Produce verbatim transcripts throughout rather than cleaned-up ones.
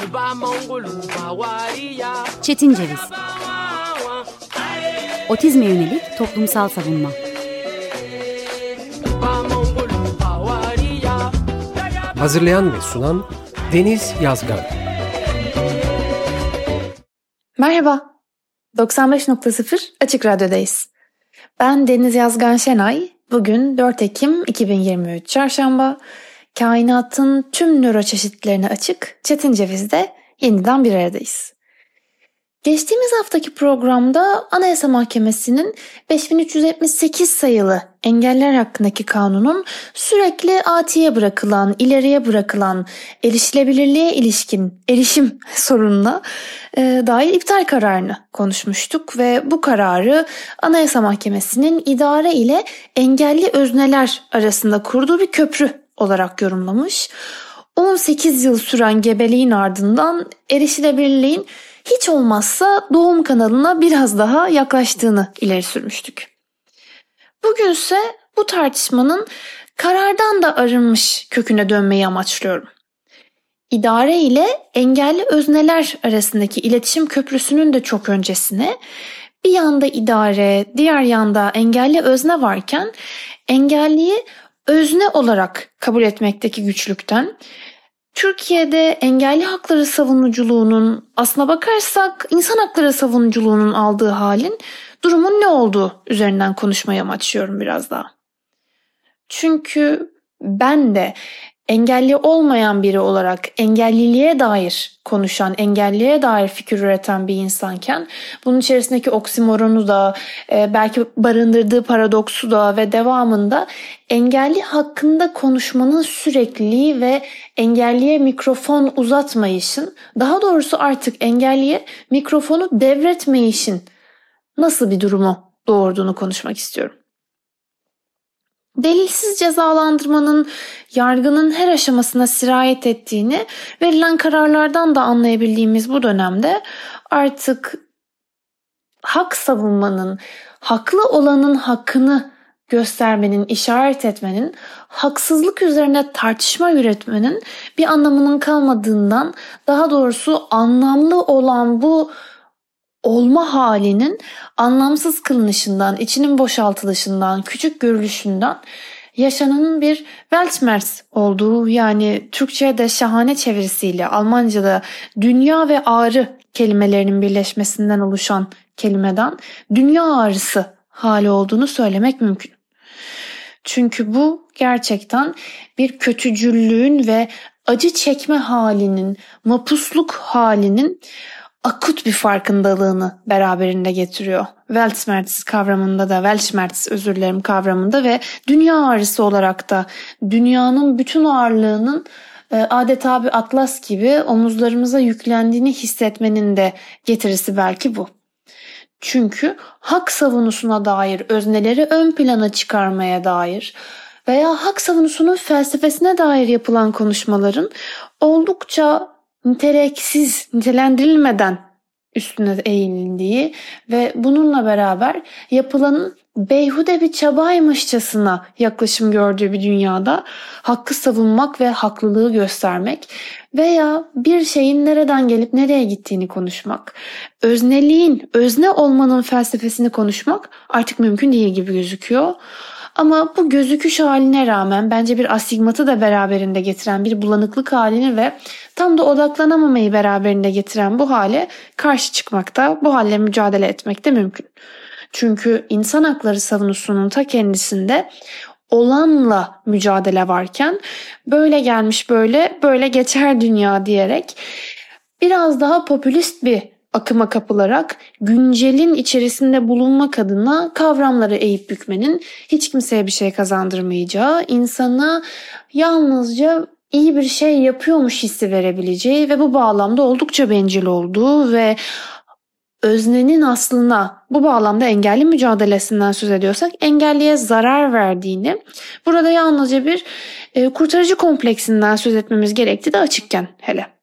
Çetin Ceviz. Otizme yönelik toplumsal savunma. Hazırlayan ve sunan Deniz Yazgan. Merhaba, doksan beş nokta sıfır Açık Radyo'dayız. Ben Deniz Yazgan Şenay. Bugün dört Ekim iki bin yirmi üç Çarşamba. Kainatın tüm nöroçeşitlerine açık Çetin Ceviz'de yeniden bir aradayız. Geçtiğimiz haftaki programda Anayasa Mahkemesi'nin beş bin üç yüz yetmiş sekiz sayılı engeller hakkındaki kanunun sürekli atiye bırakılan, ileriye bırakılan erişilebilirliğe ilişkin erişim sorununa e, dair iptal kararını konuşmuştuk ve bu kararı Anayasa Mahkemesi'nin idare ile engelli özneler arasında kurduğu bir köprü olarak yorumlamış. on sekiz yıl süren gebeliğin ardından erişilebilirliğin hiç olmazsa doğum kanalına biraz daha yaklaştığını ileri sürmüştük. Bugünse bu tartışmanın karardan da arınmış köküne dönmeyi amaçlıyorum. İdare ile engelli özneler arasındaki iletişim köprüsünün de çok öncesine, bir yanda idare, diğer yanda engelli özne varken engelliyi özne olarak kabul etmekteki güçlükten, Türkiye'de engelli hakları savunuculuğunun, aslına bakarsak insan hakları savunuculuğunun aldığı halin durumun ne olduğu üzerinden konuşmayı amaçlıyorum biraz daha. Çünkü ben de engelli olmayan biri olarak engelliliğe dair konuşan, engelliliğe dair fikir üreten bir insanken bunun içerisindeki oksimoronu da, belki barındırdığı paradoksu da ve devamında engelli hakkında konuşmanın sürekliliği ve engelliye mikrofon uzatmayışın, daha doğrusu artık engelliye mikrofonu devretmeyişin nasıl bir durumu doğurduğunu konuşmak istiyorum. Delilsiz cezalandırmanın yargının her aşamasına sirayet ettiğini verilen kararlardan da anlayabildiğimiz bu dönemde artık hak savunmanın, haklı olanın hakkını göstermenin, işaret etmenin, haksızlık üzerine tartışma üretmenin bir anlamının kalmadığından, daha doğrusu anlamlı olan bu olma halinin anlamsız kılınışından, içinin boşaltılışından, küçük görülüşünden yaşananın bir Weltschmerz olduğu, yani Türkçe'de şahane çevirisiyle Almanca'da dünya ve ağrı kelimelerinin birleşmesinden oluşan kelimeden dünya ağrısı hali olduğunu söylemek mümkün. Çünkü bu gerçekten bir kötücüllüğün ve acı çekme halinin, mapusluk halinin akut bir farkındalığını beraberinde getiriyor. Weltschmerz kavramında da, Weltschmerz özür dilerim kavramında ve dünya ağrısı olarak da dünyanın bütün ağırlığının adeta bir atlas gibi omuzlarımıza yüklendiğini hissetmenin de getirisi belki bu. Çünkü hak savunusuna dair, özneleri ön plana çıkarmaya dair veya hak savunusunun felsefesine dair yapılan konuşmaların oldukça niteliksiz, nitelendirilmeden üstüne eğilindiği ve bununla beraber yapılanın beyhude bir çabaymışçasına yaklaşım gördüğü bir dünyada hakkı savunmak ve haklılığı göstermek veya bir şeyin nereden gelip nereye gittiğini konuşmak, özneliğin, özne olmanın felsefesini konuşmak artık mümkün değil gibi gözüküyor. Ama bu gözüküş haline rağmen bence bir astigmatı da beraberinde getiren, bir bulanıklık halini ve tam da odaklanamamayı beraberinde getiren bu hale karşı çıkmakta, bu halle mücadele etmek de mümkün. Çünkü insan hakları savunusunun ta kendisinde olanla mücadele varken böyle gelmiş böyle, böyle geçer dünya diyerek biraz daha popülist bir akıma kapılarak güncelin içerisinde bulunmak adına kavramları eğip bükmenin hiç kimseye bir şey kazandırmayacağı, insana yalnızca iyi bir şey yapıyormuş hissi verebileceği ve bu bağlamda oldukça bencil olduğu ve öznenin aslına bu bağlamda engelli mücadelesinden söz ediyorsak engelliye zarar verdiğini, burada yalnızca bir e, kurtarıcı kompleksinden söz etmemiz gerektiği de açıkken hele.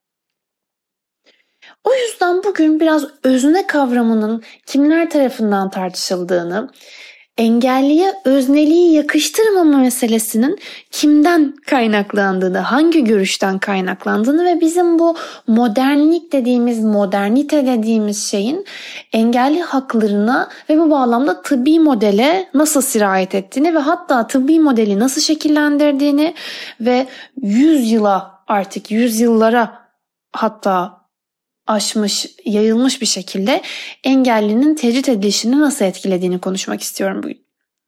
O yüzden bugün biraz özne kavramının kimler tarafından tartışıldığını, engelliye özneliği yakıştırmama meselesinin kimden kaynaklandığını, hangi görüşten kaynaklandığını ve bizim bu modernlik dediğimiz, modernite dediğimiz şeyin engelli haklarına ve bu bağlamda tıbbi modele nasıl sirayet ettiğini ve hatta tıbbi modeli nasıl şekillendirdiğini ve yüz yıla artık yüzyıllara hatta aşmış, yayılmış bir şekilde engellinin tecrit edilişini nasıl etkilediğini konuşmak istiyorum bugün.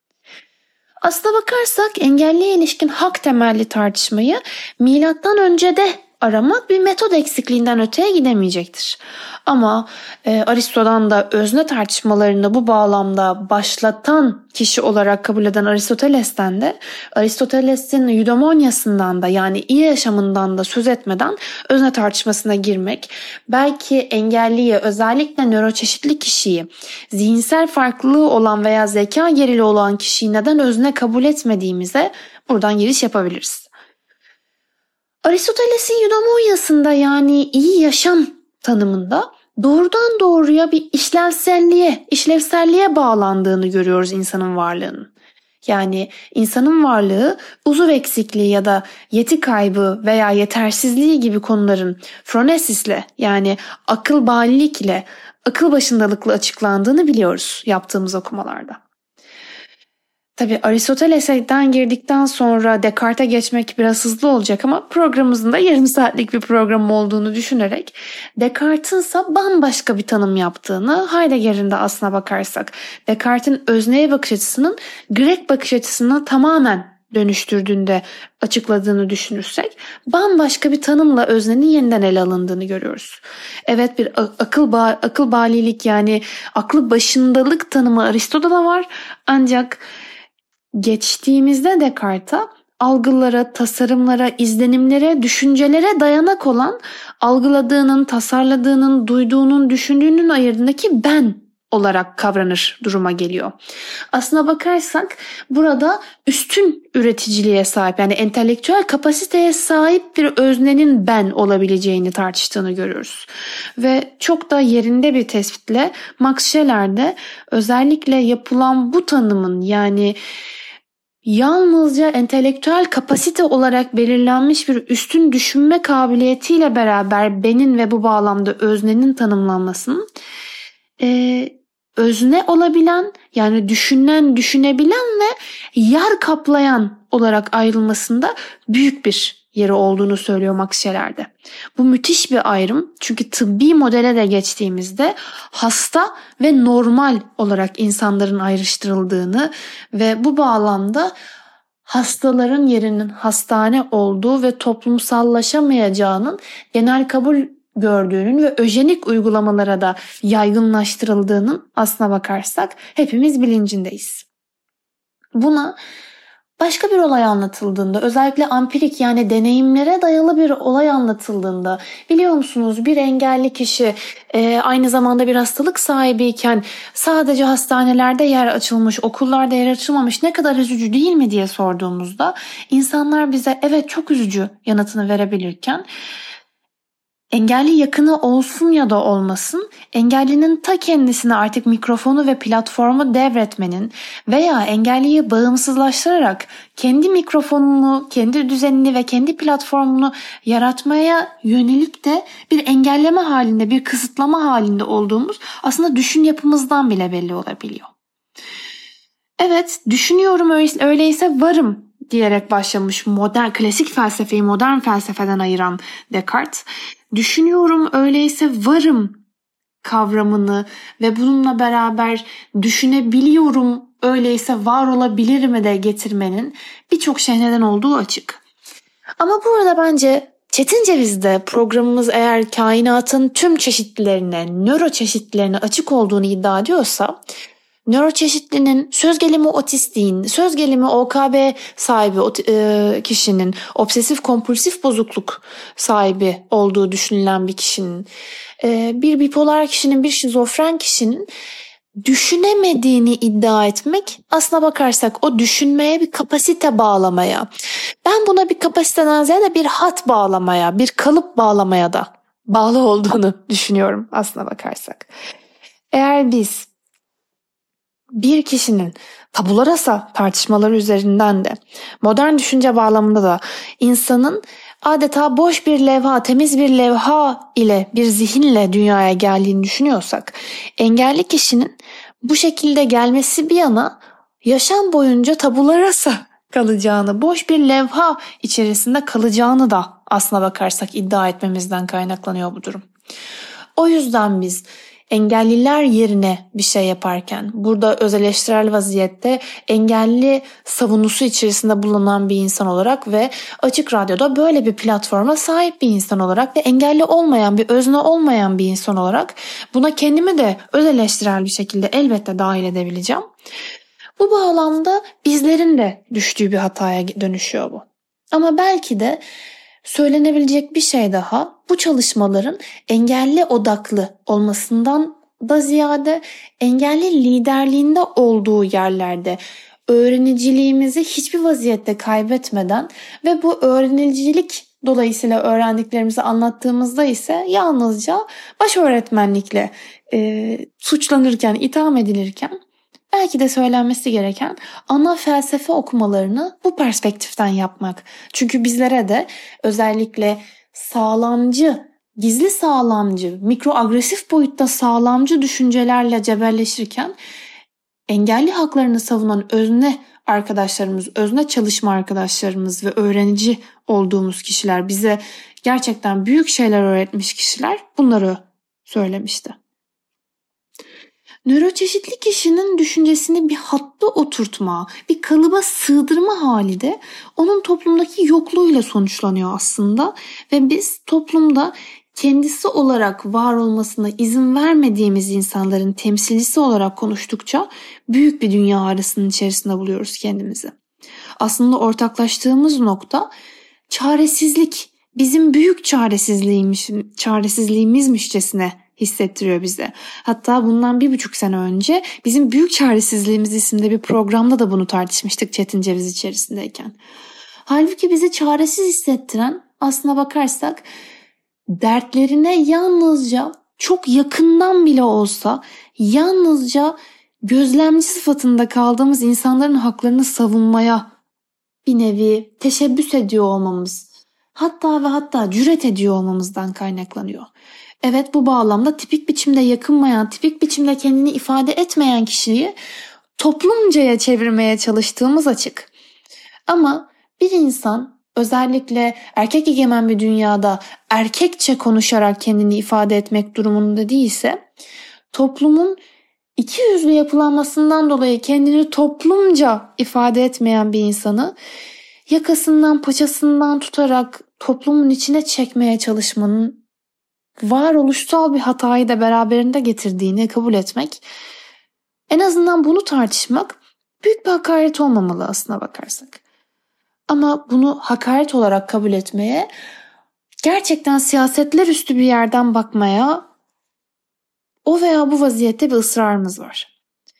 Aslına bakarsak engelliye ilişkin hak temelli tartışmayı milattan önce de aramak bir metod eksikliğinden öteye gidemeyecektir. Ama e, Aristo'dan da özne tartışmalarını bu bağlamda başlatan kişi olarak kabul eden Aristoteles'ten de Aristoteles'in eudaimoniasından da yani iyi yaşamından da söz etmeden özne tartışmasına girmek, belki engelliye özellikle nöroçeşitli kişiyi, zihinsel farklılığı olan veya zeka gerili olan kişiyi neden özne kabul etmediğimize buradan giriş yapabiliriz. Aristoteles'in eudaimoniasında yani iyi yaşam tanımında doğrudan doğruya bir işlevselliğe, işlevselliğe bağlandığını görüyoruz insanın varlığının. Yani insanın varlığı uzuv eksikliği ya da yeti kaybı veya yetersizliği gibi konuların phronesisle yani akıl balilikle, akıl başındalıkla açıklandığını biliyoruz yaptığımız okumalarda. Tabii Aristoteles'den girdikten sonra Descartes'e geçmek biraz hızlı olacak ama programımızın da yarım saatlik bir program olduğunu düşünerek Descartes'in ise bambaşka bir tanım yaptığını, Heidegger'in de aslına bakarsak Descartes'in özneye bakış açısının Grek bakış açısını tamamen dönüştürdüğünde açıkladığını düşünürsek bambaşka bir tanımla öznenin yeniden ele alındığını görüyoruz. Evet, bir akıl ba- akıl balilik yani aklı başındalık tanımı Aristo'da da var, ancak geçtiğimizde Descartes'a algılara, tasarımlara, izlenimlere, düşüncelere dayanak olan algıladığının, tasarladığının, duyduğunun, düşündüğünün ayırdığındaki ben olarak kavranır duruma geliyor. Aslına bakarsak burada üstün üreticiliğe sahip yani entelektüel kapasiteye sahip bir öznenin ben olabileceğini tartıştığını görüyoruz. Ve çok da yerinde bir tespitle Max Scheler de özellikle yapılan bu tanımın yani yalnızca entelektüel kapasite olarak belirlenmiş bir üstün düşünme kabiliyetiyle beraber benin ve bu bağlamda öznenin tanımlanmasının e, özne olabilen yani düşünen, düşünebilen ve yer kaplayan olarak ayrılmasında büyük bir yeri olduğunu söylüyor Max Scheler'de. Bu müthiş bir ayrım çünkü tıbbi modele de geçtiğimizde hasta ve normal olarak insanların ayrıştırıldığını ve bu bağlamda hastaların yerinin hastane olduğu ve toplumsallaşamayacağının genel kabul gördüğünün ve öjenik uygulamalara da yaygınlaştırıldığının aslına bakarsak hepimiz bilincindeyiz. Buna başka bir olay anlatıldığında, özellikle ampirik yani deneyimlere dayalı bir olay anlatıldığında, biliyor musunuz bir engelli kişi e, aynı zamanda bir hastalık sahibiyken sadece hastanelerde yer açılmış, okullarda yer açılmamış, ne kadar üzücü değil mi diye sorduğumuzda insanlar bize evet çok üzücü yanıtını verebilirken, engelli yakını olsun ya da olmasın, engellinin ta kendisine artık mikrofonu ve platformu devretmenin veya engelliyi bağımsızlaştırarak kendi mikrofonunu, kendi düzenini ve kendi platformunu yaratmaya yönelik de bir engelleme halinde, bir kısıtlama halinde olduğumuz aslında düşün yapımızdan bile belli olabiliyor. Evet, düşünüyorum öyleyse varım diyerek başlamış modern, klasik felsefeyi modern felsefeden ayıran Descartes, düşünüyorum öyleyse varım kavramını ve bununla beraber düşünebiliyorum öyleyse var olabilirimi de getirmenin birçok şey neden olduğu açık. Ama burada bence Çetin Ceviz'de programımız eğer kainatın tüm çeşitlilerine, nöro çeşitlilerine açık olduğunu iddia ediyorsa, nöroçeşitlinin, söz gelimi otistiğin, söz gelimi O K B sahibi e, kişinin, obsesif kompulsif bozukluk sahibi olduğu düşünülen bir kişinin, e, bir bipolar kişinin, bir şizofren kişinin düşünemediğini iddia etmek, aslına bakarsak o düşünmeye bir kapasite bağlamaya, ben buna bir kapasiteden ziyade bir hat bağlamaya, bir kalıp bağlamaya da bağlı olduğunu düşünüyorum aslına bakarsak. Eğer biz bir kişinin tabula rasa tartışmaları üzerinden de modern düşünce bağlamında da insanın adeta boş bir levha, temiz bir levha ile bir zihinle dünyaya geldiğini düşünüyorsak, engelli kişinin bu şekilde gelmesi bir yana yaşam boyunca tabula rasa kalacağını, boş bir levha içerisinde kalacağını da aslına bakarsak iddia etmemizden kaynaklanıyor bu durum. O yüzden biz engelliler yerine bir şey yaparken, burada öz eleştirel vaziyette engelli savunusu içerisinde bulunan bir insan olarak ve Açık Radyo'da böyle bir platforma sahip bir insan olarak ve engelli olmayan, bir özne olmayan bir insan olarak buna kendimi de öz eleştirel bir şekilde elbette dahil edebileceğim. Bu bağlamda bizlerin de düştüğü bir hataya dönüşüyor bu. Ama belki de söylenebilecek bir şey daha, bu çalışmaların engelli odaklı olmasından da ziyade engelli liderliğinde olduğu yerlerde öğreniciliğimizi hiçbir vaziyette kaybetmeden ve bu öğrenicilik dolayısıyla öğrendiklerimizi anlattığımızda ise yalnızca baş öğretmenlikle e, suçlanırken, itham edilirken belki de söylenmesi gereken ana felsefe okumalarını bu perspektiften yapmak. Çünkü bizlere de özellikle sağlamcı, gizli sağlamcı, mikroagresif boyutta sağlamcı düşüncelerle cebelleşirken engelli haklarını savunan özne arkadaşlarımız, özne çalışma arkadaşlarımız ve öğrenici olduğumuz kişiler, bize gerçekten büyük şeyler öğretmiş kişiler bunları söylemişti. Nöroçeşitli kişinin düşüncesini bir hatta oturtma, bir kalıba sığdırma hali de onun toplumdaki yokluğuyla sonuçlanıyor aslında ve biz toplumda kendisi olarak var olmasına izin vermediğimiz insanların temsilcisi olarak konuştukça büyük bir dünya arasının içerisinde buluyoruz kendimizi. Aslında ortaklaştığımız nokta çaresizlik, bizim büyük çaresizliğimiz, çaresizliğimizmişçesine hissettiriyor bize. Hatta bundan bir buçuk sene önce bizim Büyük Çaresizliğimiz isimli bir programda da bunu tartışmıştık Çetin Ceviz içerisindeyken. Halbuki bizi çaresiz hissettiren aslına bakarsak dertlerine yalnızca çok yakından bile olsa yalnızca gözlemci sıfatında kaldığımız insanların haklarını savunmaya bir nevi teşebbüs ediyor olmamız, hatta ve hatta cüret ediyor olmamızdan kaynaklanıyor. Evet, bu bağlamda tipik biçimde yakınmayan, tipik biçimde kendini ifade etmeyen kişiyi toplumcaya çevirmeye çalıştığımız açık. Ama bir insan özellikle erkek egemen bir dünyada erkekçe konuşarak kendini ifade etmek durumunda değilse, toplumun iki yüzlü yapılanmasından dolayı kendini toplumca ifade etmeyen bir insanı yakasından, paçasından tutarak toplumun içine çekmeye çalışmanın varoluşsal bir hatayı da beraberinde getirdiğini kabul etmek, en azından bunu tartışmak büyük bir hakaret olmamalı aslına bakarsak. Ama bunu hakaret olarak kabul etmeye, gerçekten siyasetler üstü bir yerden bakmaya o veya bu vaziyette bir ısrarımız var.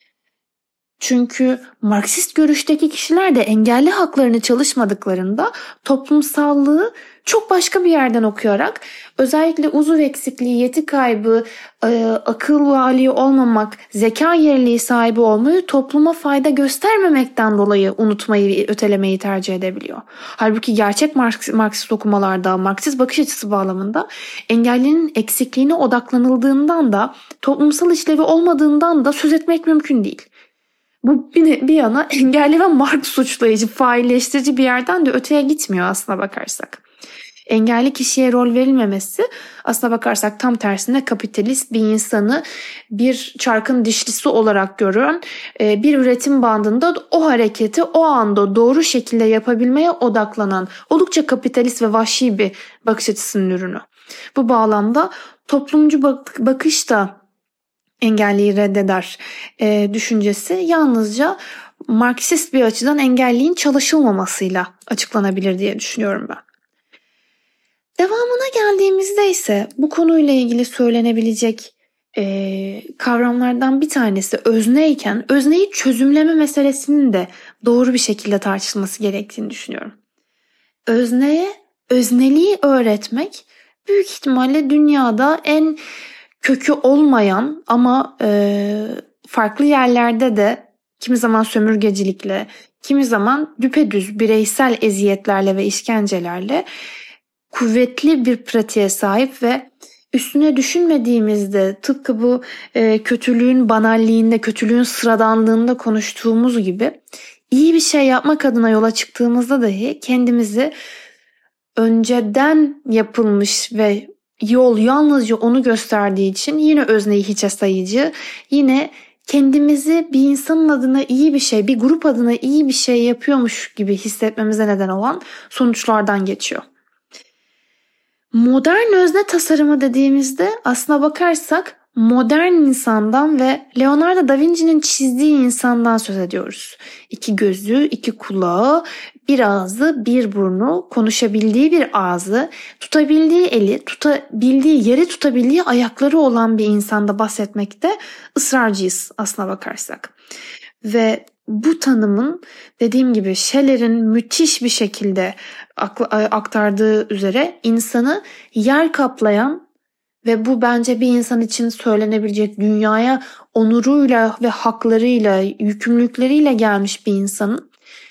Çünkü Marksist görüşteki kişiler de engelli haklarını çalışmadıklarında toplumsallığı çok başka bir yerden okuyarak, özellikle uzuv eksikliği, yeti kaybı, e, akıl vali olmamak, zeka geriliği sahibi olmayı topluma fayda göstermemekten dolayı unutmayı, ötelemeyi tercih edebiliyor. Halbuki gerçek Marksist okumalarda, Marksist bakış açısı bağlamında engellinin eksikliğine odaklanıldığından da, toplumsal işlevi olmadığından da söz etmek mümkün değil. Bu bir, bir yana engelli ve Marks suçlayıcı, failleştirici bir yerden de öteye gitmiyor aslına bakarsak. Engelli kişiye rol verilmemesi aslına bakarsak tam tersine kapitalist bir insanı bir çarkın dişlisi olarak gören, bir üretim bandında o hareketi o anda doğru şekilde yapabilmeye odaklanan oldukça kapitalist ve vahşi bir bakış açısının ürünü. Bu bağlamda toplumcu bak- bakış da engelliyi reddeder e, düşüncesi yalnızca Marksist bir açıdan engelliğin çalışılmamasıyla açıklanabilir diye düşünüyorum ben. Devamına geldiğimizde ise bu konuyla ilgili söylenebilecek e, kavramlardan bir tanesi özneyken özneyi çözümleme meselesinin de doğru bir şekilde tartışılması gerektiğini düşünüyorum. Özneye özneliği öğretmek büyük ihtimalle dünyada en kökü olmayan ama e, farklı yerlerde de kimi zaman sömürgecilikle, kimi zaman düpedüz bireysel eziyetlerle ve işkencelerle kuvvetli bir pratiğe sahip ve üstüne düşünmediğimizde tıpkı bu e, kötülüğün banalliğinde, kötülüğün sıradanlığında konuştuğumuz gibi iyi bir şey yapmak adına yola çıktığımızda dahi kendimizi önceden yapılmış ve yol yalnızca onu gösterdiği için yine özneyi hiçe sayıcı, yine kendimizi bir insanın adına iyi bir şey, bir grup adına iyi bir şey yapıyormuş gibi hissetmemize neden olan sonuçlardan geçiyor. Modern özne tasarımı dediğimizde aslına bakarsak modern insandan ve Leonardo da Vinci'nin çizdiği insandan söz ediyoruz. İki gözü, iki kulağı, bir ağzı, bir burnu, konuşabildiği bir ağzı, tutabildiği eli, tutabildiği yeri tutabildiği ayakları olan bir insanda bahsetmekte ısrarcıyız aslına bakarsak. Ve bu tanımın dediğim gibi Scheller'in müthiş bir şekilde aktardığı üzere insanı yer kaplayan ve bu bence bir insan için söylenebilecek, dünyaya onuruyla ve haklarıyla, yükümlülükleriyle gelmiş bir insanın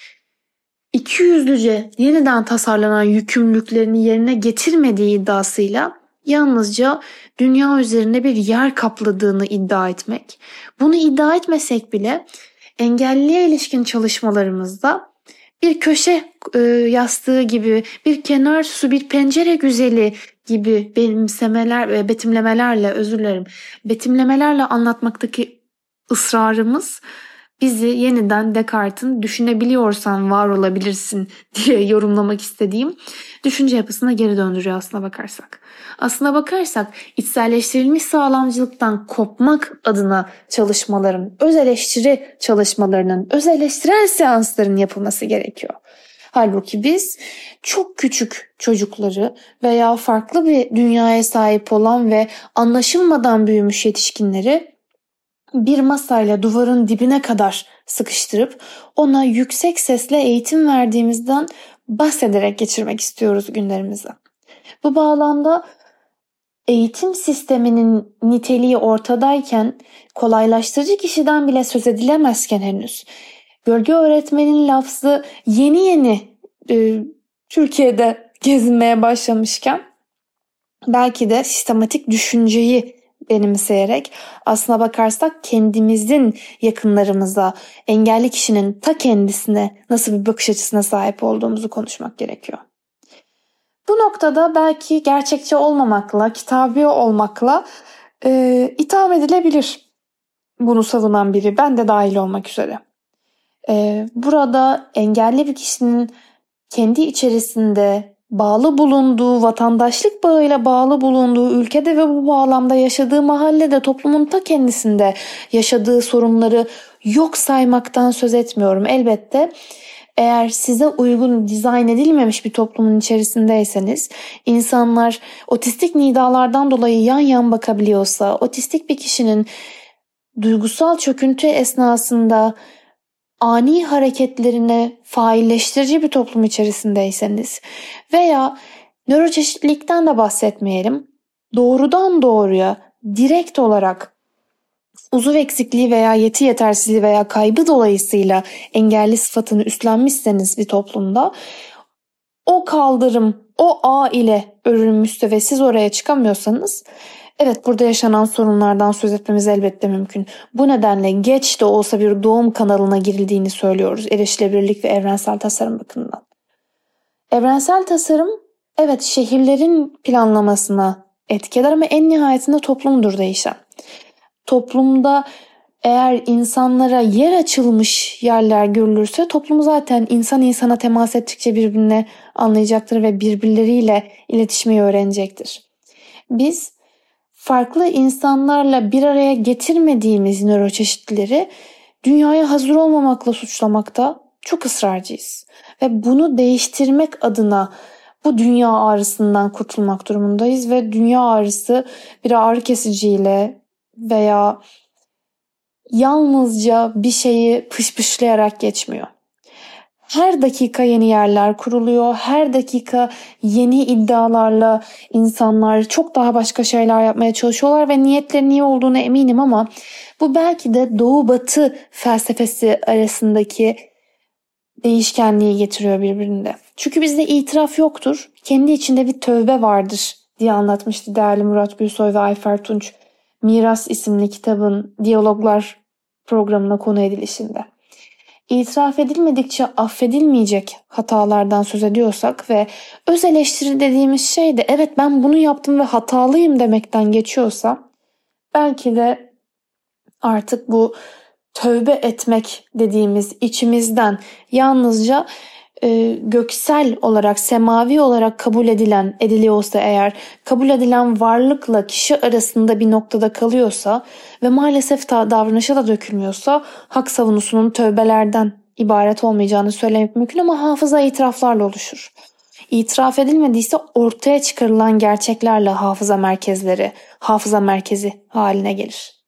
ikiyüzlüce yeniden tasarlanan yükümlülüklerini yerine getirmediği iddiasıyla yalnızca dünya üzerinde bir yer kapladığını iddia etmek. Bunu iddia etmesek bile engelliliğe ilişkin çalışmalarımızda bir köşe e, yastığı gibi, bir kenar su, bir pencere güzeli gibi benimsemeler ve betimlemelerle, özür dilerim, betimlemelerle anlatmaktaki ısrarımız bizi yeniden Descartes'in düşünebiliyorsan var olabilirsin diye yorumlamak istediğim düşünce yapısına geri döndürüyor aslına bakarsak. Aslına bakarsak içselleştirilmiş sağlamcılıktan kopmak adına çalışmaların, öz eleştiri çalışmalarının, öz eleştirel seansların yapılması gerekiyor. Halbuki biz çok küçük çocukları veya farklı bir dünyaya sahip olan ve anlaşılmadan büyümüş yetişkinleri bir masayla duvarın dibine kadar sıkıştırıp ona yüksek sesle eğitim verdiğimizden bahsederek geçirmek istiyoruz günlerimizi. Bu bağlamda eğitim sisteminin niteliği ortadayken, kolaylaştırıcı kişiden bile söz edilemezken henüz, gölge öğretmenin lafzı yeni yeni e, Türkiye'de gezinmeye başlamışken, belki de sistematik düşünceyi benimseyerek aslına bakarsak kendimizin yakınlarımıza, engelli kişinin ta kendisine nasıl bir bakış açısına sahip olduğumuzu konuşmak gerekiyor. Bu noktada belki gerçekçi olmamakla, kitabi olmakla e, itham edilebilir bunu savunan biri, ben de dahil olmak üzere. E, burada engelli bir kişinin kendi içerisinde bağlı bulunduğu, vatandaşlık bağıyla bağlı bulunduğu ülkede ve bu bağlamda yaşadığı mahallede, toplumun ta kendisinde yaşadığı sorunları yok saymaktan söz etmiyorum. Elbette eğer size uygun dizayn edilmemiş bir toplumun içerisindeyseniz, insanlar otistik nidalardan dolayı yan yan bakabiliyorsa, otistik bir kişinin duygusal çöküntü esnasında ani hareketlerine failleştirici bir toplum içerisindeyseniz veya nöroçeşitlilikten de bahsetmeyelim, doğrudan doğruya direkt olarak uzuv eksikliği veya yeti yetersizliği veya kaybı dolayısıyla engelli sıfatını üstlenmişseniz bir toplumda, o kaldırım, o ağ ile örülmüşse ve siz oraya çıkamıyorsanız, evet, burada yaşanan sorunlardan söz etmemiz elbette mümkün. Bu nedenle geç de olsa bir doğum kanalına girildiğini söylüyoruz erişilebilirlik ve evrensel tasarım bakımından. Evrensel tasarım, evet, şehirlerin planlamasına etki eder ama en nihayetinde toplumdur değişen. Toplumda eğer insanlara yer açılmış yerler görülürse toplum zaten insan insana temas ettikçe birbirine anlayacaktır ve birbirleriyle iletişmeyi öğrenecektir. Biz farklı insanlarla bir araya getirmediğimiz nöroçeşitlileri dünyaya hazır olmamakla suçlamakta çok ısrarcıyız. Ve bunu değiştirmek adına bu dünya ağrısından kurtulmak durumundayız ve dünya ağrısı bir ağrı kesiciyle veya yalnızca bir şeyi pışpışlayarak geçmiyor. Her dakika yeni yerler kuruluyor. Her dakika yeni iddialarla insanlar çok daha başka şeyler yapmaya çalışıyorlar ve niyetlerinin iyi olduğuna eminim ama bu belki de Doğu Batı felsefesi arasındaki değişkenliği getiriyor birbirinde. Çünkü bizde itiraf yoktur. Kendi içinde bir tövbe vardır diye anlatmıştı değerli Murat Gülsoy ve Ayfer Tunç Miras isimli kitabın Diyaloglar programına konu edilişinde. İtiraf edilmedikçe affedilmeyecek hatalardan söz ediyorsak ve öz eleştiri dediğimiz şey de evet ben bunu yaptım ve hatalıyım demekten geçiyorsa belki de artık bu tövbe etmek dediğimiz içimizden yalnızca e, göksel olarak, semavi olarak kabul edilen, ediliyorsa eğer, kabul edilen varlıkla kişi arasında bir noktada kalıyorsa ve maalesef da davranışa da dökülmüyorsa hak savunusunun tövbelerden ibaret olmayacağını söylemek mümkün ama hafıza itiraflarla oluşur. İtiraf edilmediyse ortaya çıkarılan gerçeklerle hafıza merkezleri, hafıza merkezi haline gelir.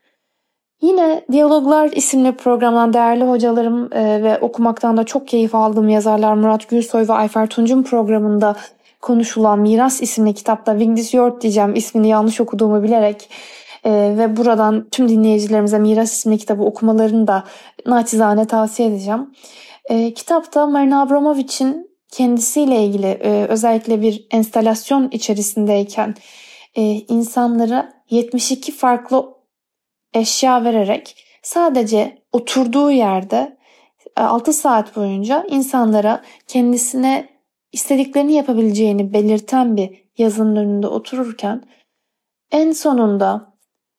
Yine Diyaloglar isimli programdan değerli hocalarım e, ve okumaktan da çok keyif aldığım yazarlar Murat Gülsoy ve Ayfer Tunç'un programında konuşulan Miras isimli kitapta Vigdis diyeceğim ismini yanlış okuduğumu bilerek e, ve buradan tüm dinleyicilerimize Miras isimli kitabı okumalarını da naçizane tavsiye edeceğim. E, kitapta Marina Abramovich'in kendisiyle ilgili e, özellikle bir enstalasyon içerisindeyken e, insanlara yetmiş iki farklı eşya vererek sadece oturduğu yerde altı saat boyunca insanlara kendisine istediklerini yapabileceğini belirten bir yazının önünde otururken en sonunda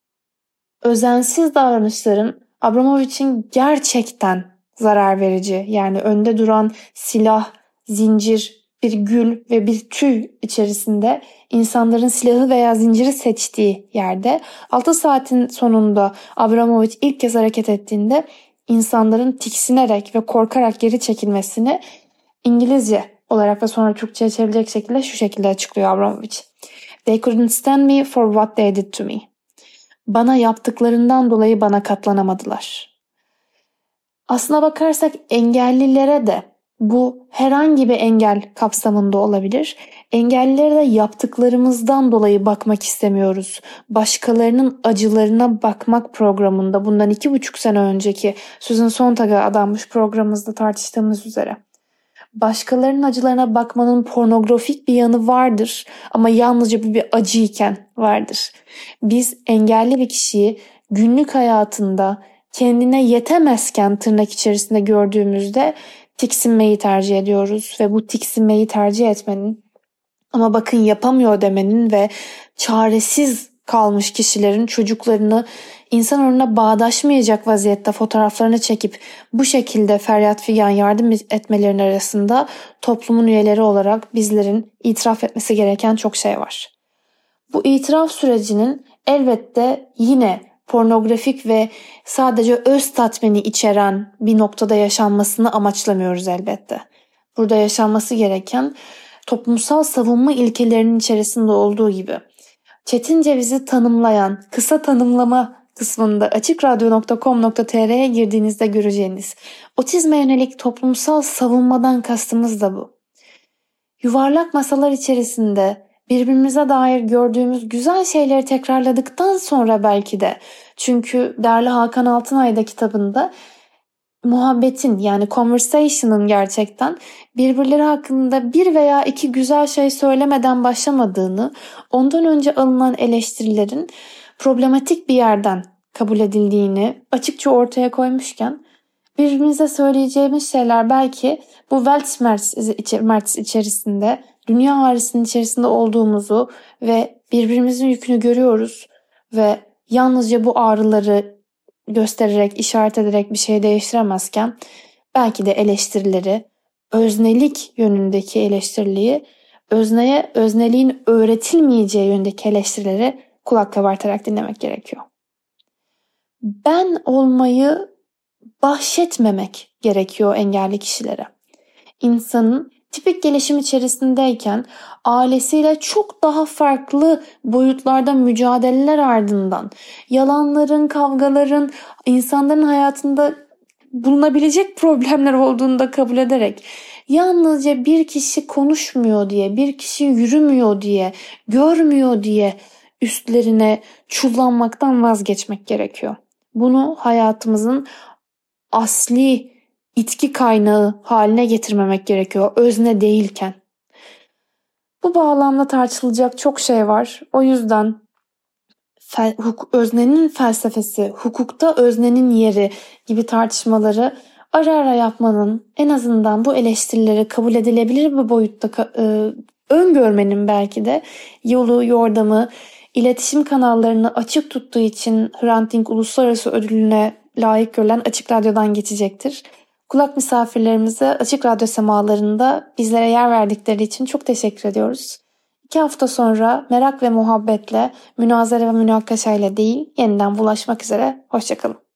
özensiz davranışların Abramovich'in gerçekten zarar verici, yani önde duran silah, zincir, bir gül ve bir tüy içerisinde insanların silahı veya zinciri seçtiği yerde altı saatin sonunda Abramovich ilk kez hareket ettiğinde insanların tiksinerek ve korkarak geri çekilmesini İngilizce olarak ve sonra Türkçe'ye çevrilecek şekilde şu şekilde açıklıyor Abramovich. They couldn't stand me for what they did to me. Bana yaptıklarından dolayı bana katlanamadılar. Aslına bakarsak engellilere de bu herhangi bir engel kapsamında olabilir. Engellilere de yaptıklarımızdan dolayı bakmak istemiyoruz. Başkalarının acılarına bakmak programında bundan iki buçuk sene önceki Susan Sontag'a adanmış programımızda tartıştığımız üzere. Başkalarının acılarına bakmanın pornografik bir yanı vardır ama yalnızca bir, bir acıyken vardır. Biz engelli bir kişiyi günlük hayatında kendine yetemezken tırnak içerisinde gördüğümüzde tiksinmeyi tercih ediyoruz ve bu tiksinmeyi tercih etmenin ama bakın yapamıyor demenin ve çaresiz kalmış kişilerin çocuklarını insan önüne bağdaşmayacak vaziyette fotoğraflarını çekip bu şekilde feryat figan yardım etmelerinin arasında toplumun üyeleri olarak bizlerin itiraf etmesi gereken çok şey var. Bu itiraf sürecinin elbette yine pornografik ve sadece öz tatmini içeren bir noktada yaşanmasını amaçlamıyoruz elbette. Burada yaşanması gereken toplumsal savunma ilkelerinin içerisinde olduğu gibi Çetin Ceviz'i tanımlayan kısa tanımlama kısmında açık radyo nokta com nokta tr'ye girdiğinizde göreceğiniz otizme yönelik toplumsal savunmadan kastımız da bu. Yuvarlak masalar içerisinde birbirimize dair gördüğümüz güzel şeyleri tekrarladıktan sonra belki de, çünkü değerli Hakan Altınay'da kitabında muhabbetin, yani conversation'ın gerçekten birbirleri hakkında bir veya iki güzel şey söylemeden başlamadığını, ondan önce alınan eleştirilerin problematik bir yerden kabul edildiğini açıkça ortaya koymuşken birbirimize söyleyeceğimiz şeyler belki bu Weltschmerz içerisinde, dünya ağrısının içerisinde olduğumuzu ve birbirimizin yükünü görüyoruz ve yalnızca bu ağrıları göstererek, işaret ederek bir şey değiştiremezken belki de eleştirileri, öznelik yönündeki eleştiriliği, özneye, özneliğin öğretilmeyeceği yönündeki eleştirileri kulak kabartarak dinlemek gerekiyor. Ben olmayı bahşetmemek gerekiyor engelli kişilere. İnsanın tipik gelişim içerisindeyken ailesiyle çok daha farklı boyutlarda mücadeleler ardından yalanların, kavgaların, insanların hayatında bulunabilecek problemler olduğunu da kabul ederek yalnızca bir kişi konuşmuyor diye, bir kişi yürümüyor diye, görmüyor diye üstlerine çullanmaktan vazgeçmek gerekiyor. Bunu hayatımızın asli itki kaynağı haline getirmemek gerekiyor, özne değilken. Bu bağlamda tartışılacak çok şey var. O yüzden fel, huk, öznenin felsefesi, hukukta öznenin yeri gibi tartışmaları ara ara yapmanın, en azından bu eleştirileri kabul edilebilir bir boyutta e, öngörmenin belki de yolu, yordamı, iletişim kanallarını açık tuttuğu için Hrant Dink Uluslararası Ödülüne layık görülen Açık Radyo'dan geçecektir. Kulak misafirlerimize Açık Radyo semalarında bizlere yer verdikleri için çok teşekkür ediyoruz. İki hafta sonra merak ve muhabbetle, münazara ve münakaşayla değil, yeniden bulaşmak üzere. Hoşçakalın.